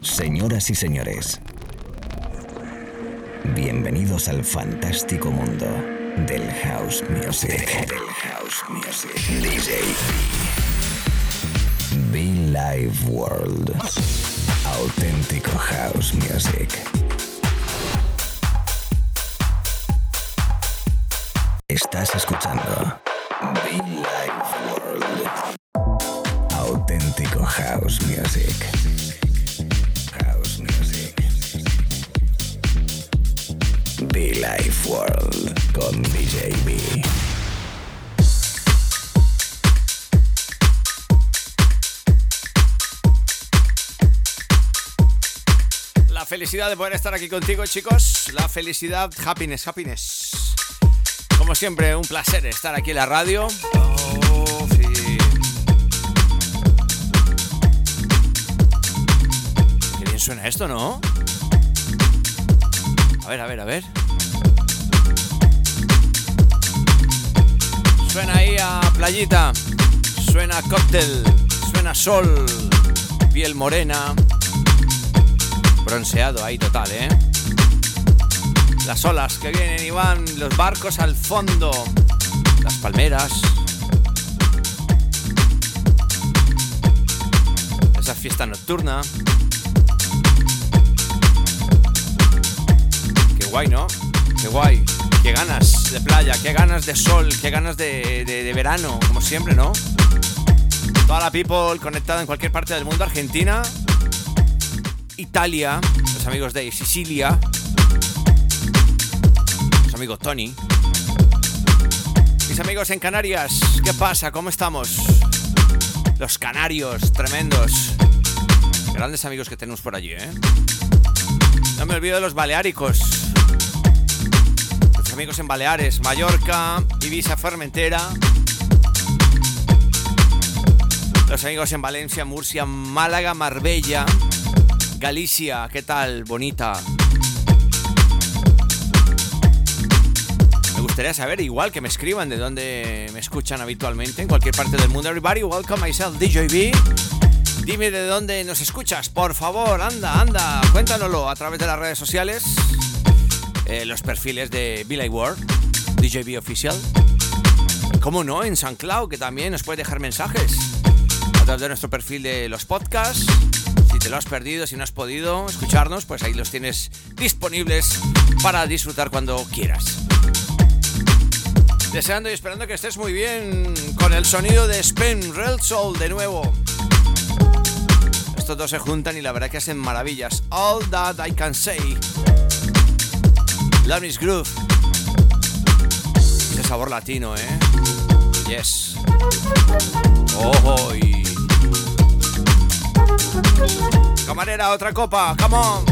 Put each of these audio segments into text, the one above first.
Señoras y señores, bienvenidos al fantástico mundo del House Music. DJ Be Live World. Auténtico House Music. Estás escuchando Be Live World. Auténtico House Music. Be Live World con DJ B. La felicidad de poder estar aquí contigo, chicos. La felicidad, happiness. Como siempre, un placer estar aquí en la radio. Oh, sí. Qué bien suena esto, ¿no? A ver. Suena ahí a playita, suena a cóctel, suena a sol, piel morena, bronceado ahí total, ¿eh? Las olas que vienen y van, los barcos al fondo, las palmeras. Esa fiesta nocturna. Qué guay, ¿no? Qué guay. Qué ganas de playa, qué ganas de sol, qué ganas de verano, como siempre, ¿no? Toda la people conectada en cualquier parte del mundo. Argentina, Italia, los amigos de Sicilia, los amigos Tony, mis amigos en Canarias, ¿qué pasa? ¿Cómo estamos? Los canarios, tremendos. Grandes amigos que tenemos por allí, ¿eh? No me olvido de los baleáricos. Amigos en Baleares, Mallorca, Ibiza, Formentera. Los amigos en Valencia, Murcia, Málaga, Marbella, Galicia, ¿qué tal? Bonita. Me gustaría saber, igual que me escriban de dónde me escuchan habitualmente en cualquier parte del mundo. Everybody, welcome myself, DJ B. Dime de dónde nos escuchas, por favor, anda, cuéntanoslo a través de las redes sociales. Los perfiles de Be Live World, DJB Official. ¿Cómo no? En SoundCloud, que también nos puedes dejar mensajes a través de nuestro perfil de los podcasts. Si te lo has perdido, si no has podido escucharnos, pues ahí los tienes disponibles para disfrutar cuando quieras. Deseando y esperando que estés muy bien con el sonido de Spin Real Soul de nuevo. Estos dos se juntan y la verdad que hacen maravillas. All That I Can Say. Love is Groove. Ese sabor latino, ¿eh? Yes. Ojo y... Camarera, otra copa. Come on.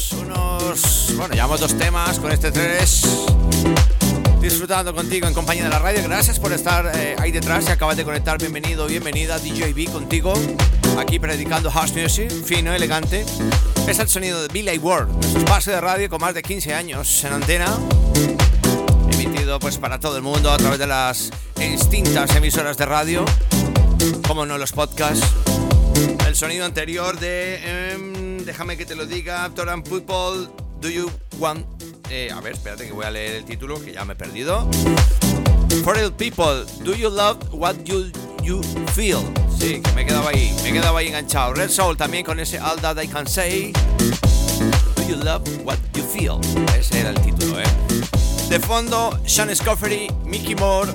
llevamos 2 temas con este 3. Disfrutando contigo en compañía de la radio. Gracias por estar ahí detrás. Si acabas de conectar, bienvenido, bienvenida. DJB contigo, aquí predicando house music, fino, elegante. Es el sonido de Billy Ward, nuestro espacio de radio con más de 15 años en antena, emitido pues para todo el mundo a través de las distintas emisoras de radio, como no los podcasts. El sonido anterior de déjame que te lo diga, Actor and People, Do You Want... a ver, espérate que voy a leer el título, que ya me he perdido. For Real People, Do You Love What You Feel? Sí, que me he quedado ahí enganchado. Red Soul también con ese All That I Can Say. Do You Love What You Feel? Ese era el título, De fondo, Sean Scoffery, Mickey Moore,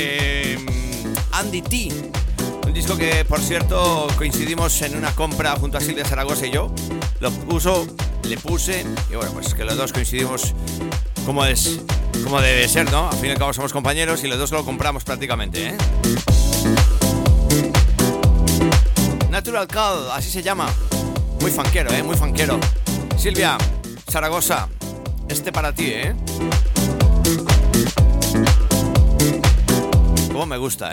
Andy T. Un disco que, por cierto, coincidimos en una compra junto a Silvia Zaragoza y yo. Le puse, y bueno, pues que los dos coincidimos como debe ser, ¿no? Al fin y al cabo somos compañeros y los dos lo compramos prácticamente, Natural Call, así se llama. Muy funkero, muy funkero. Silvia Zaragoza, este para ti, Cómo me gusta,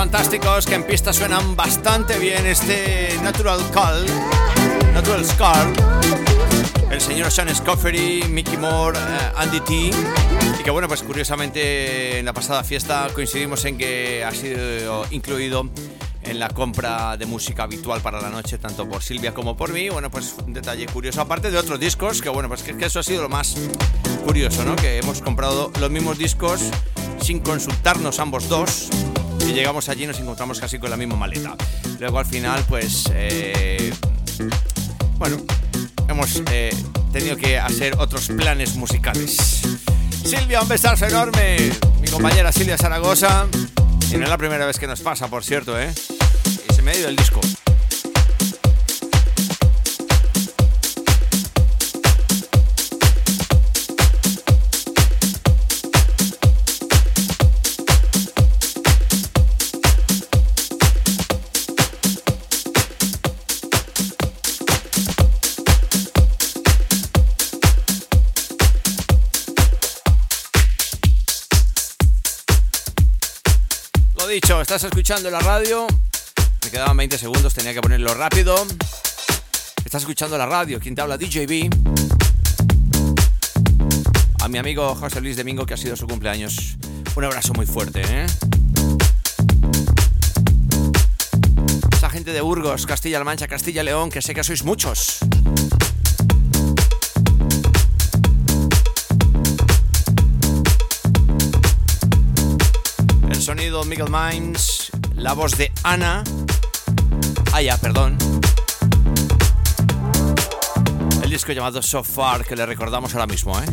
fantásticos que en pista suenan bastante bien. Este Natural Scar, el señor Sean Scoffery, Mickey Moore, Andy T. Y que bueno, pues curiosamente en la pasada fiesta coincidimos en que ha sido incluido en la compra de música habitual para la noche, tanto por Silvia como por mí. Bueno, pues un detalle curioso, aparte de otros discos, que bueno, pues que eso ha sido lo más curioso, ¿no? Que hemos comprado los mismos discos sin consultarnos ambos dos, y llegamos allí y nos encontramos casi con la misma maleta. Luego al final, pues, bueno, hemos tenido que hacer otros planes musicales. Silvia, un besazo enorme, mi compañera Silvia Zaragoza. Y no es la primera vez que nos pasa, por cierto, ¿eh? Y se me ha ido el disco. Dicho, estás escuchando la radio. Me quedaban 20 segundos, tenía que ponerlo rápido. Estás escuchando la radio. Quien te habla, DJB. A mi amigo José Luis Domingo, que ha sido su cumpleaños. Un abrazo muy fuerte, ¿eh? Esa gente de Burgos, Castilla-La Mancha, Castilla-León, que sé que sois muchos. Sonido Miguel Mimes, la voz de Ana. Perdón. El disco llamado So Far, que le recordamos ahora mismo, ¿eh?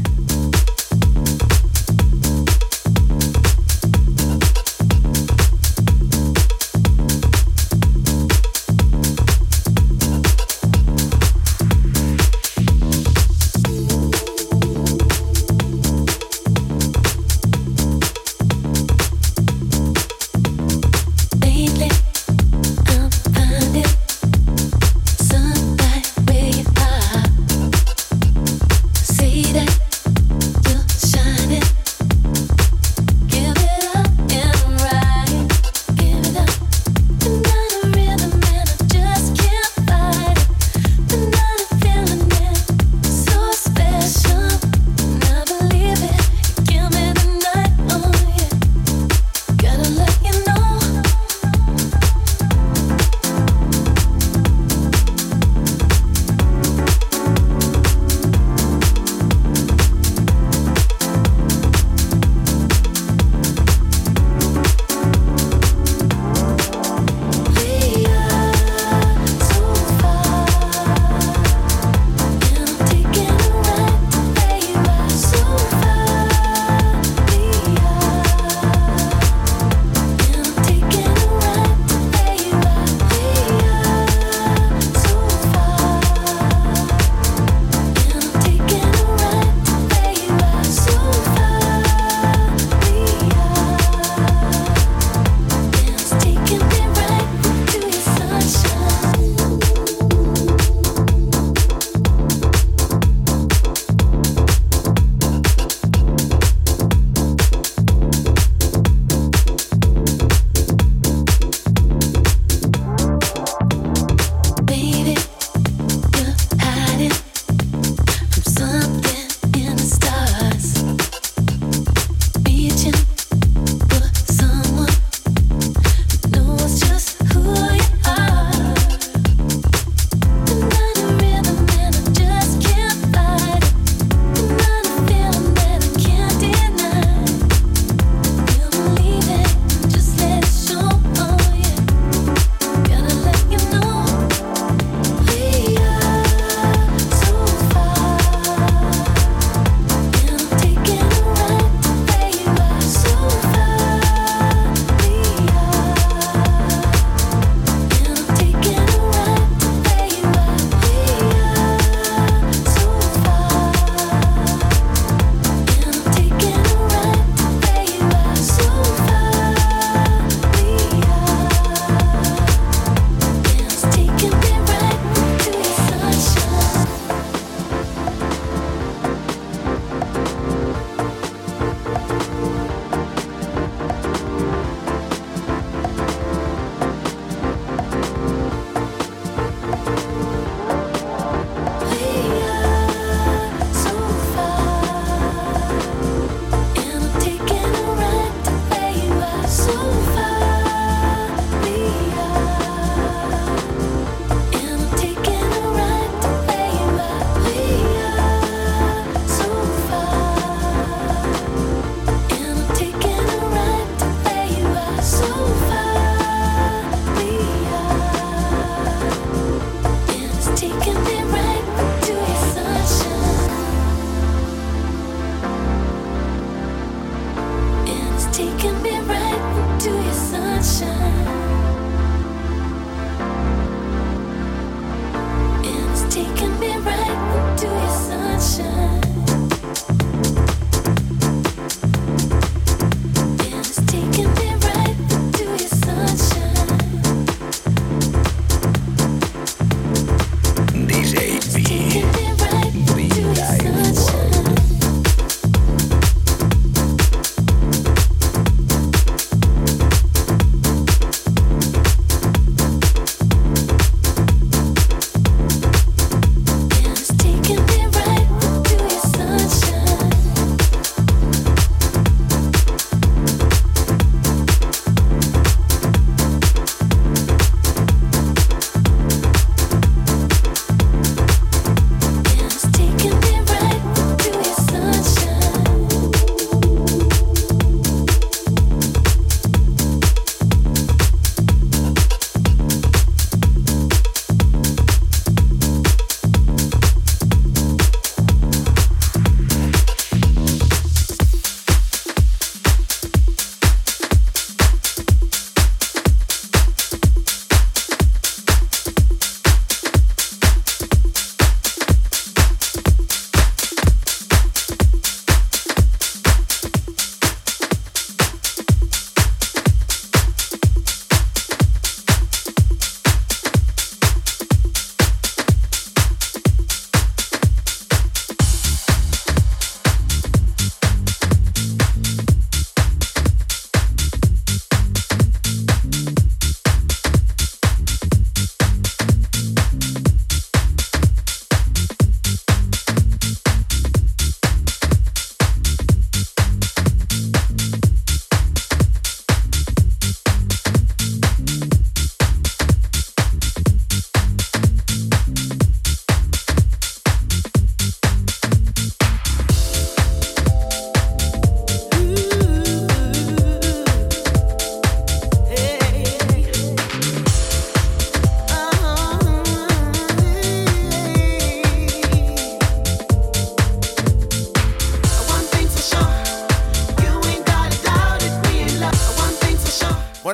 That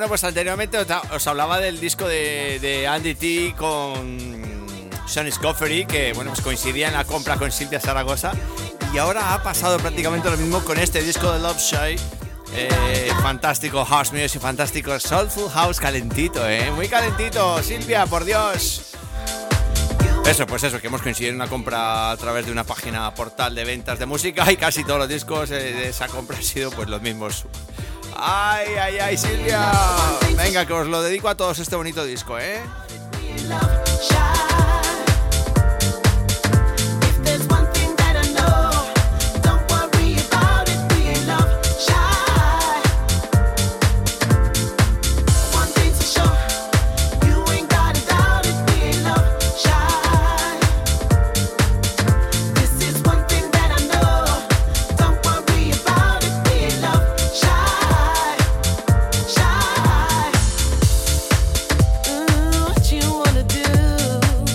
Bueno, pues anteriormente os hablaba del disco de Andy T con Sean Scoffery, que bueno, pues coincidía en la compra con Silvia Zaragoza. Y ahora ha pasado prácticamente lo mismo con este disco de Love Shy. Fantástico house music, fantástico soulful house, calentito, muy calentito. Silvia, por Dios. Eso, pues eso, que hemos coincidido en una compra a través de una página portal de ventas de música y casi todos los discos de esa compra han sido pues los mismos. Ay, ay, ay, Silvia. Venga, que os lo dedico a todos este bonito disco, What you wanna do?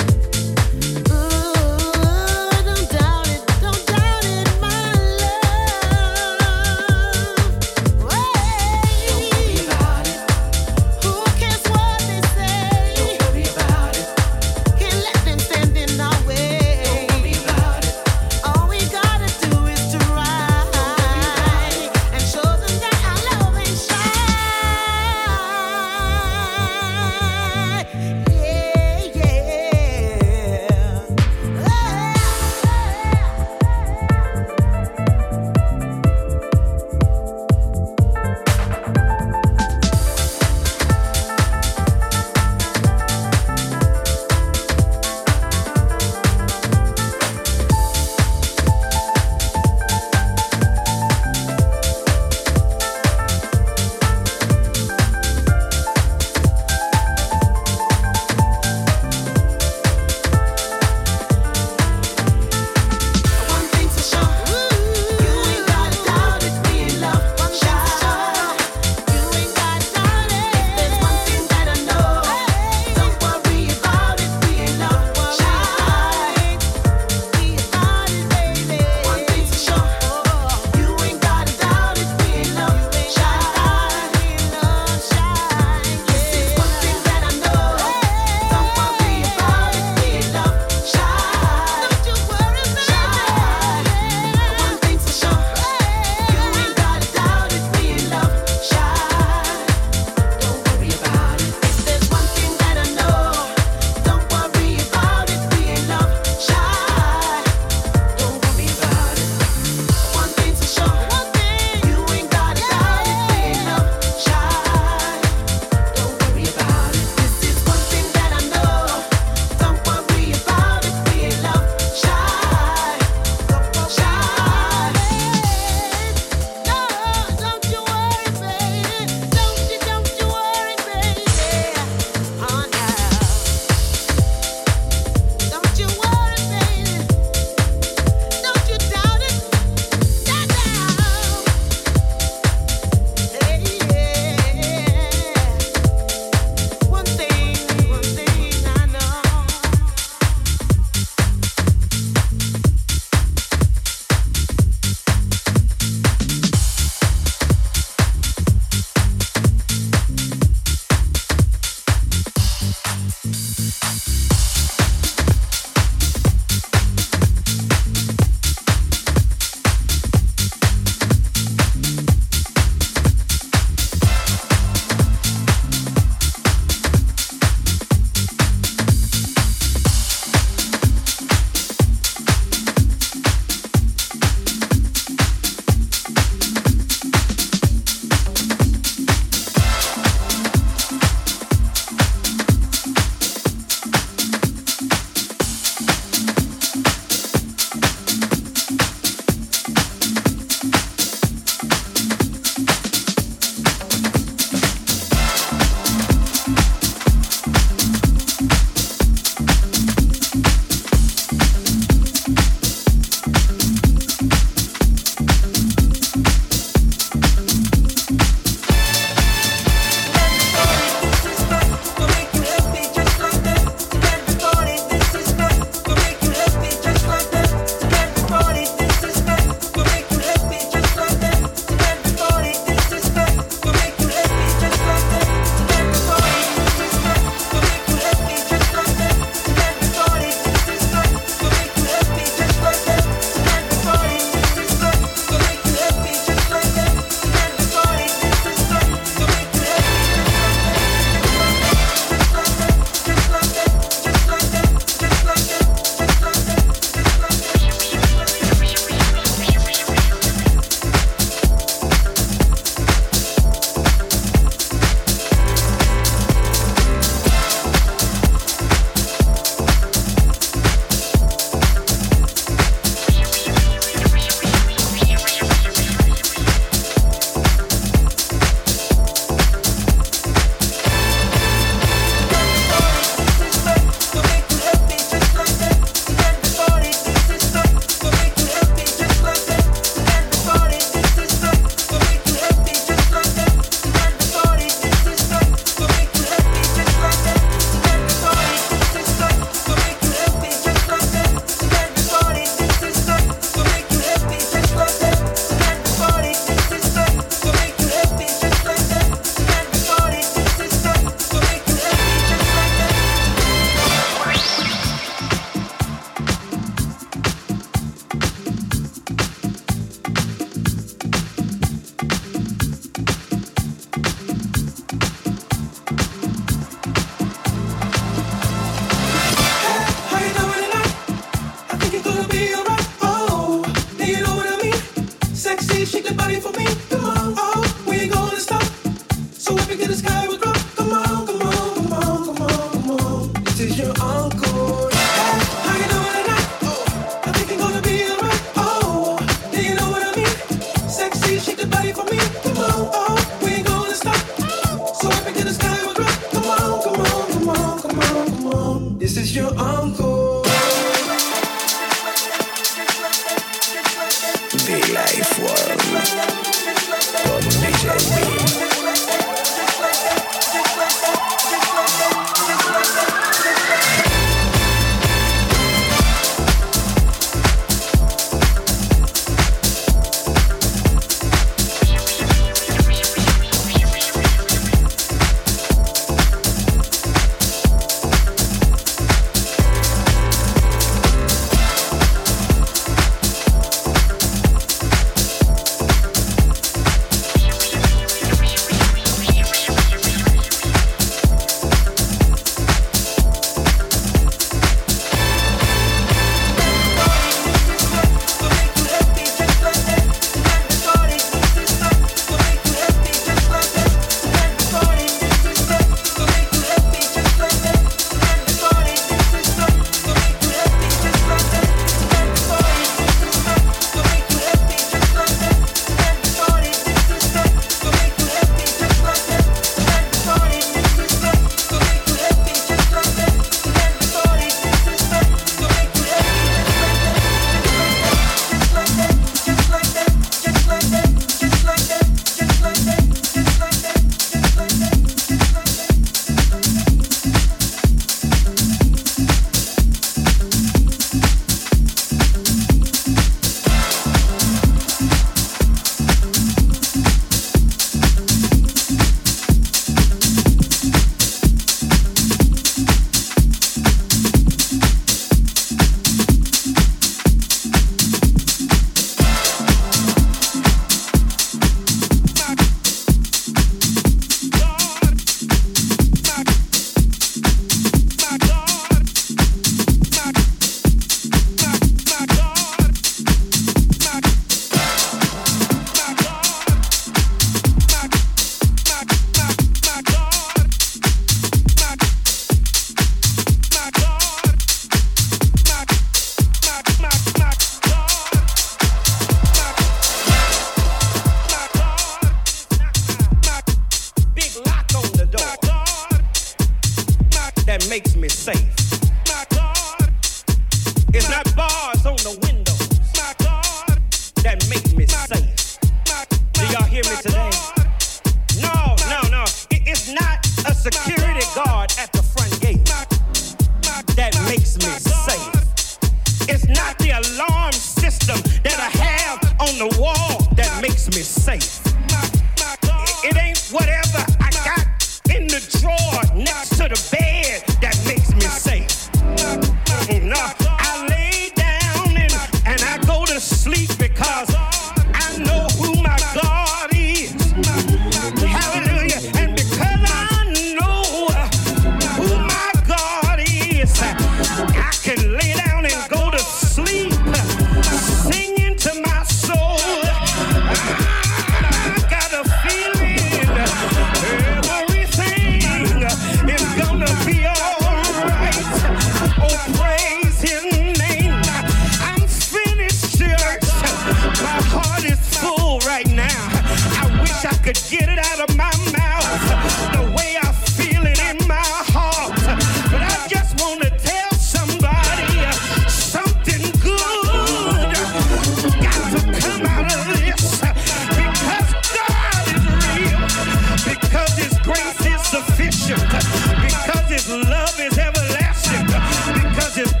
Because his love is everlasting, because his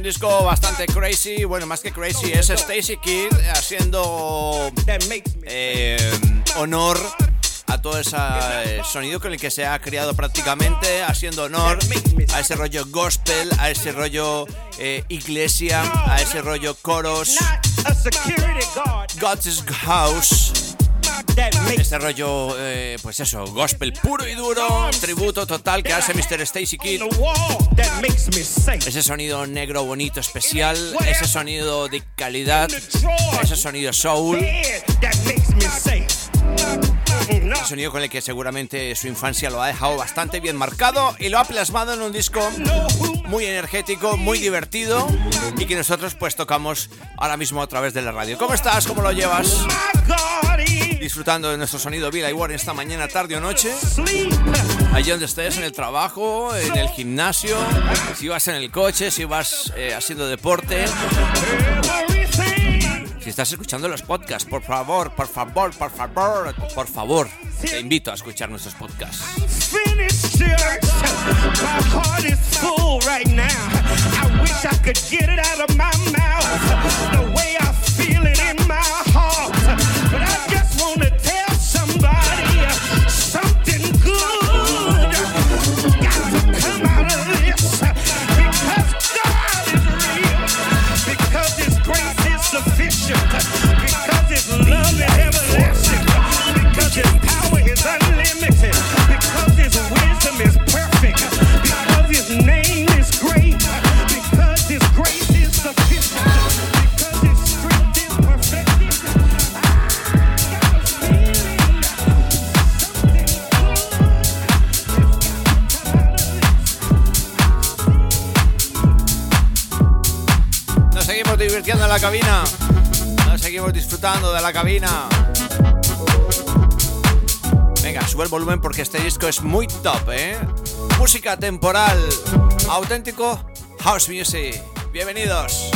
disco bastante crazy, bueno, más que crazy, es Stacy Kidd haciendo honor a todo ese sonido con el que se ha criado prácticamente, haciendo honor a ese rollo gospel, a ese rollo iglesia, a ese rollo coros, God's House. Este rollo, pues eso, gospel puro y duro, tributo total que hace Mr. Stacy Kidd. Ese sonido negro bonito, especial, ese sonido de calidad, ese sonido soul. Un sonido con el que seguramente su infancia lo ha dejado bastante bien marcado y lo ha plasmado en un disco muy energético, muy divertido y que nosotros pues tocamos ahora mismo a través de la radio. ¿Cómo estás? ¿Cómo lo llevas? Disfrutando de nuestro sonido Bill Ward esta mañana, tarde o noche. Allí donde estés, en el trabajo, en el gimnasio, si vas en el coche, si vas haciendo deporte. Si estás escuchando los podcasts, por favor, te invito a escuchar nuestros podcasts. Because His love is everlasting, because His power is unlimited, because His wisdom is perfect, because His name is great, because His grace is sufficient, because His strength is perfected. Nos seguimos divirtiendo en la cabina. Seguimos disfrutando de la cabina. Venga, sube el volumen porque este disco es muy top, ¿eh? Música temporal, auténtico house music. Bienvenidos.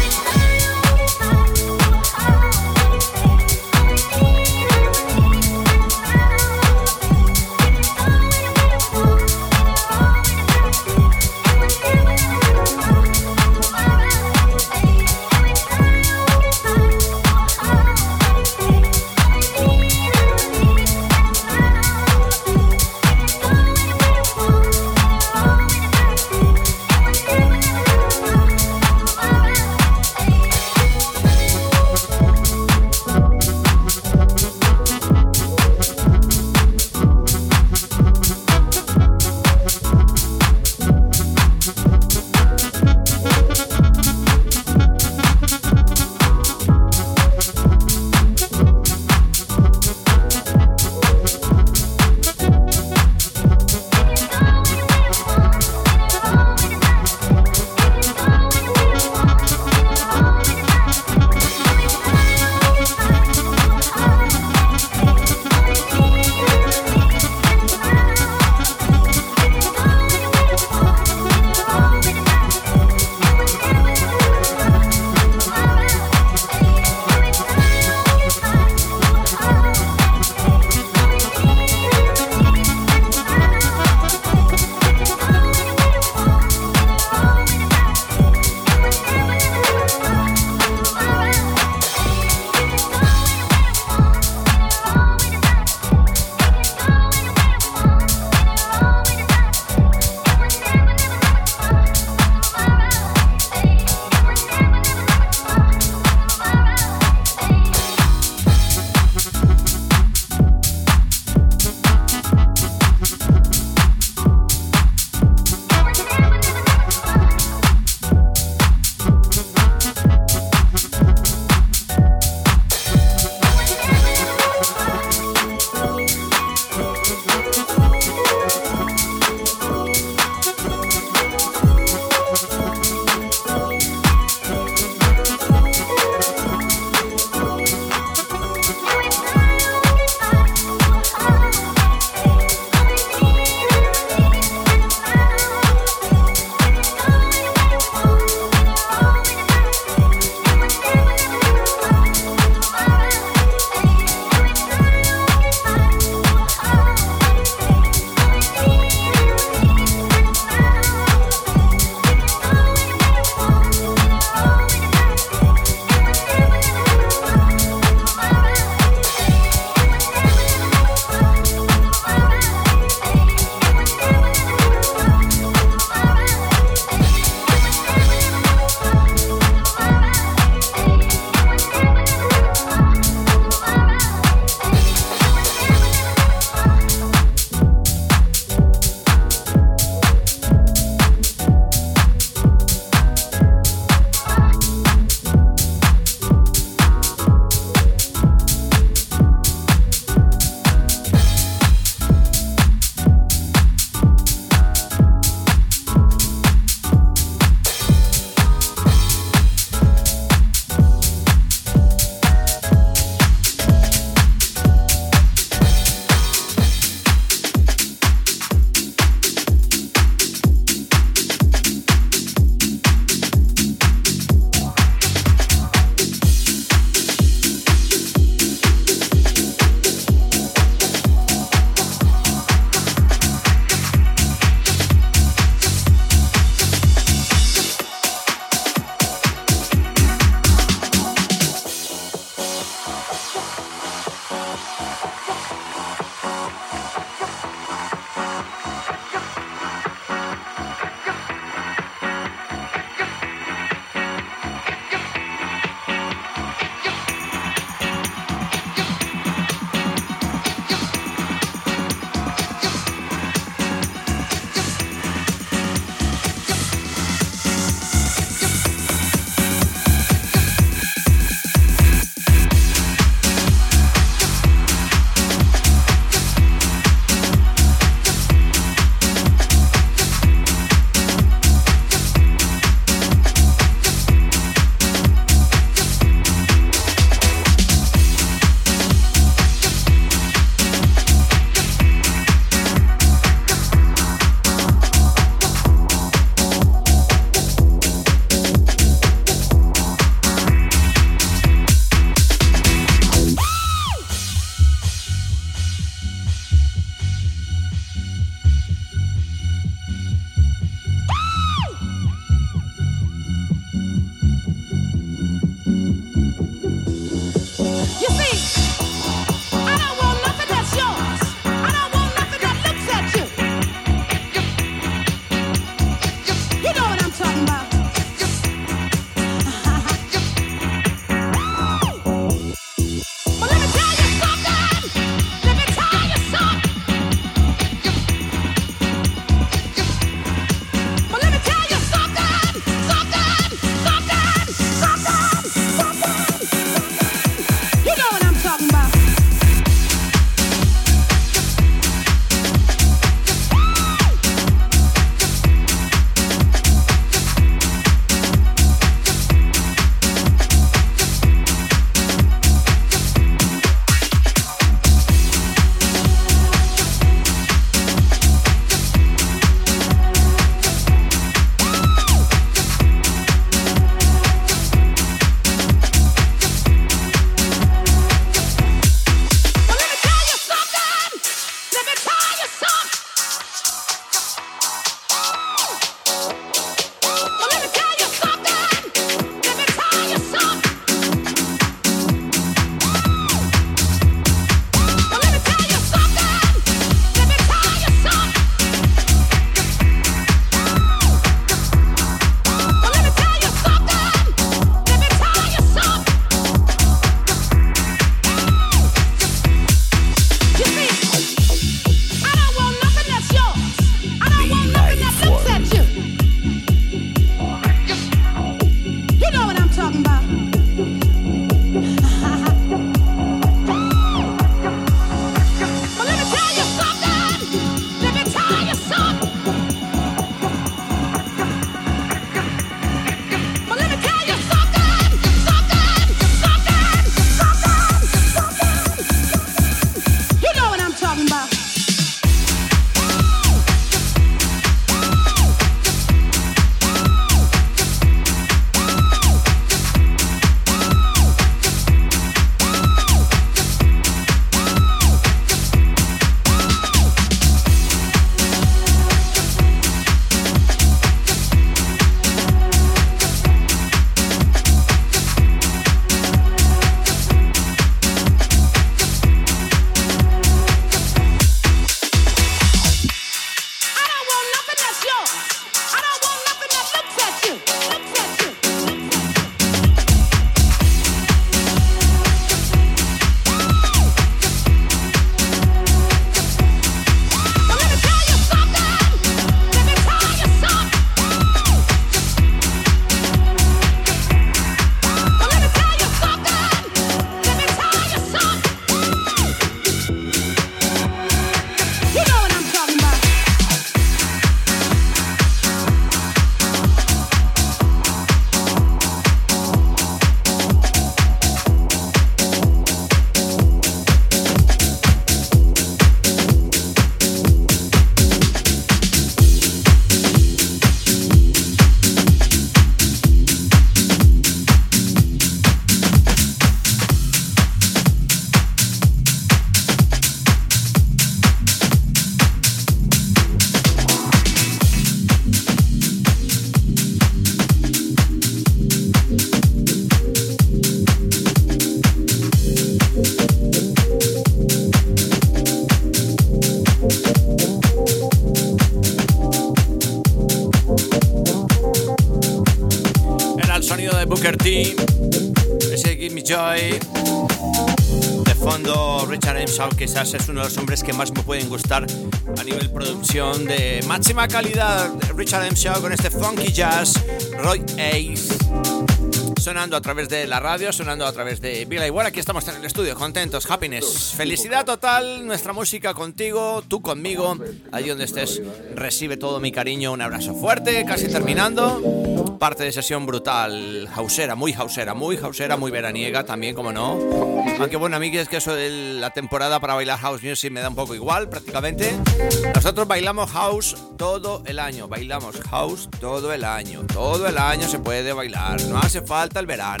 Booker T, ese Give Me Joy. De fondo, Richard M. Shaw, quizás es uno de los hombres que más me pueden gustar a nivel producción de máxima calidad. Richard M. Shaw con este funky jazz, Roy Ace. Sonando a través de la radio, sonando a través de Vila Igual. Aquí estamos en el estudio, contentos, happiness, felicidad total. Nuestra música contigo, tú conmigo. Allí donde estés, recibe todo mi cariño. Un abrazo fuerte, casi terminando. Parte de sesión brutal, hausera, muy veraniega también, como no. Aunque bueno, a mí es que eso de la temporada para bailar house music me da un poco igual, prácticamente. Nosotros bailamos house todo el año, bailamos house todo el año. Todo el año se puede bailar, no hace falta el verano.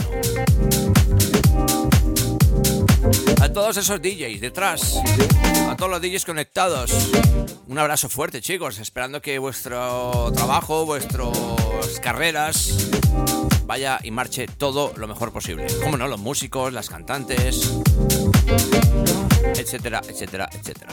A todos esos DJs detrás, a todos los DJs conectados, un abrazo fuerte, chicos, esperando que vuestro trabajo, vuestras carreras vaya y marche todo lo mejor posible. Como no, los músicos, las cantantes, etcétera, etcétera, etcétera.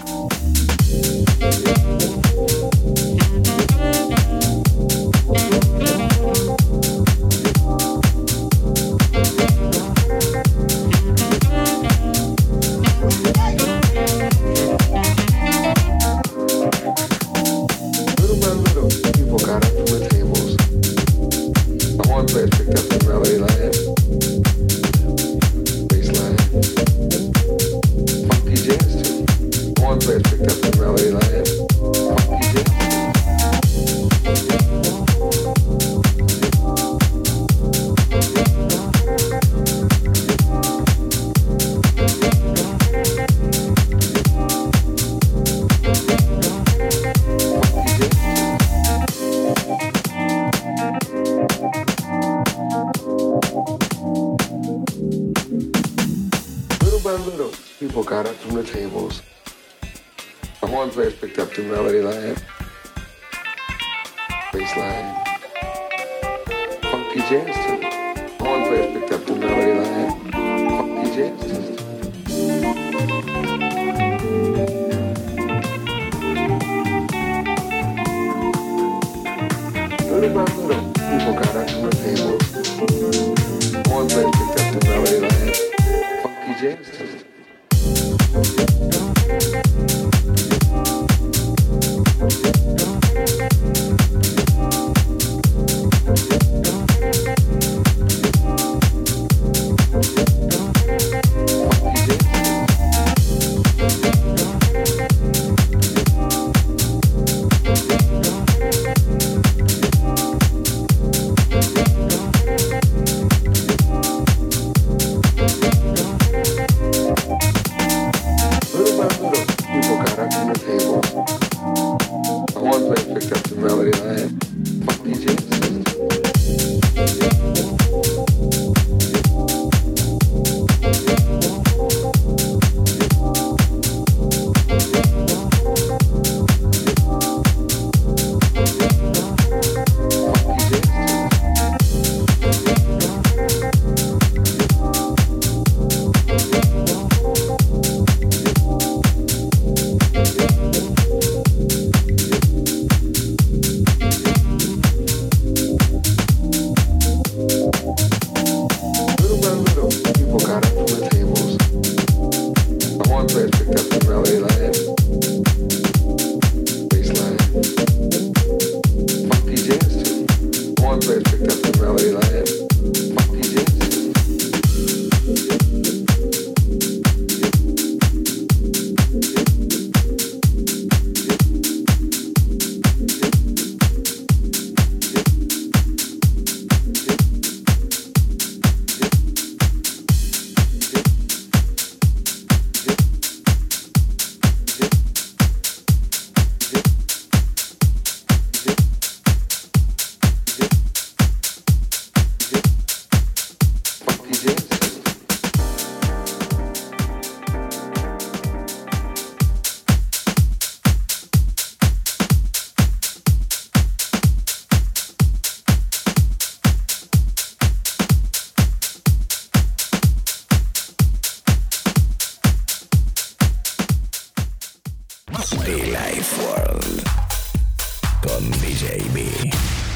The Life World con DJ B.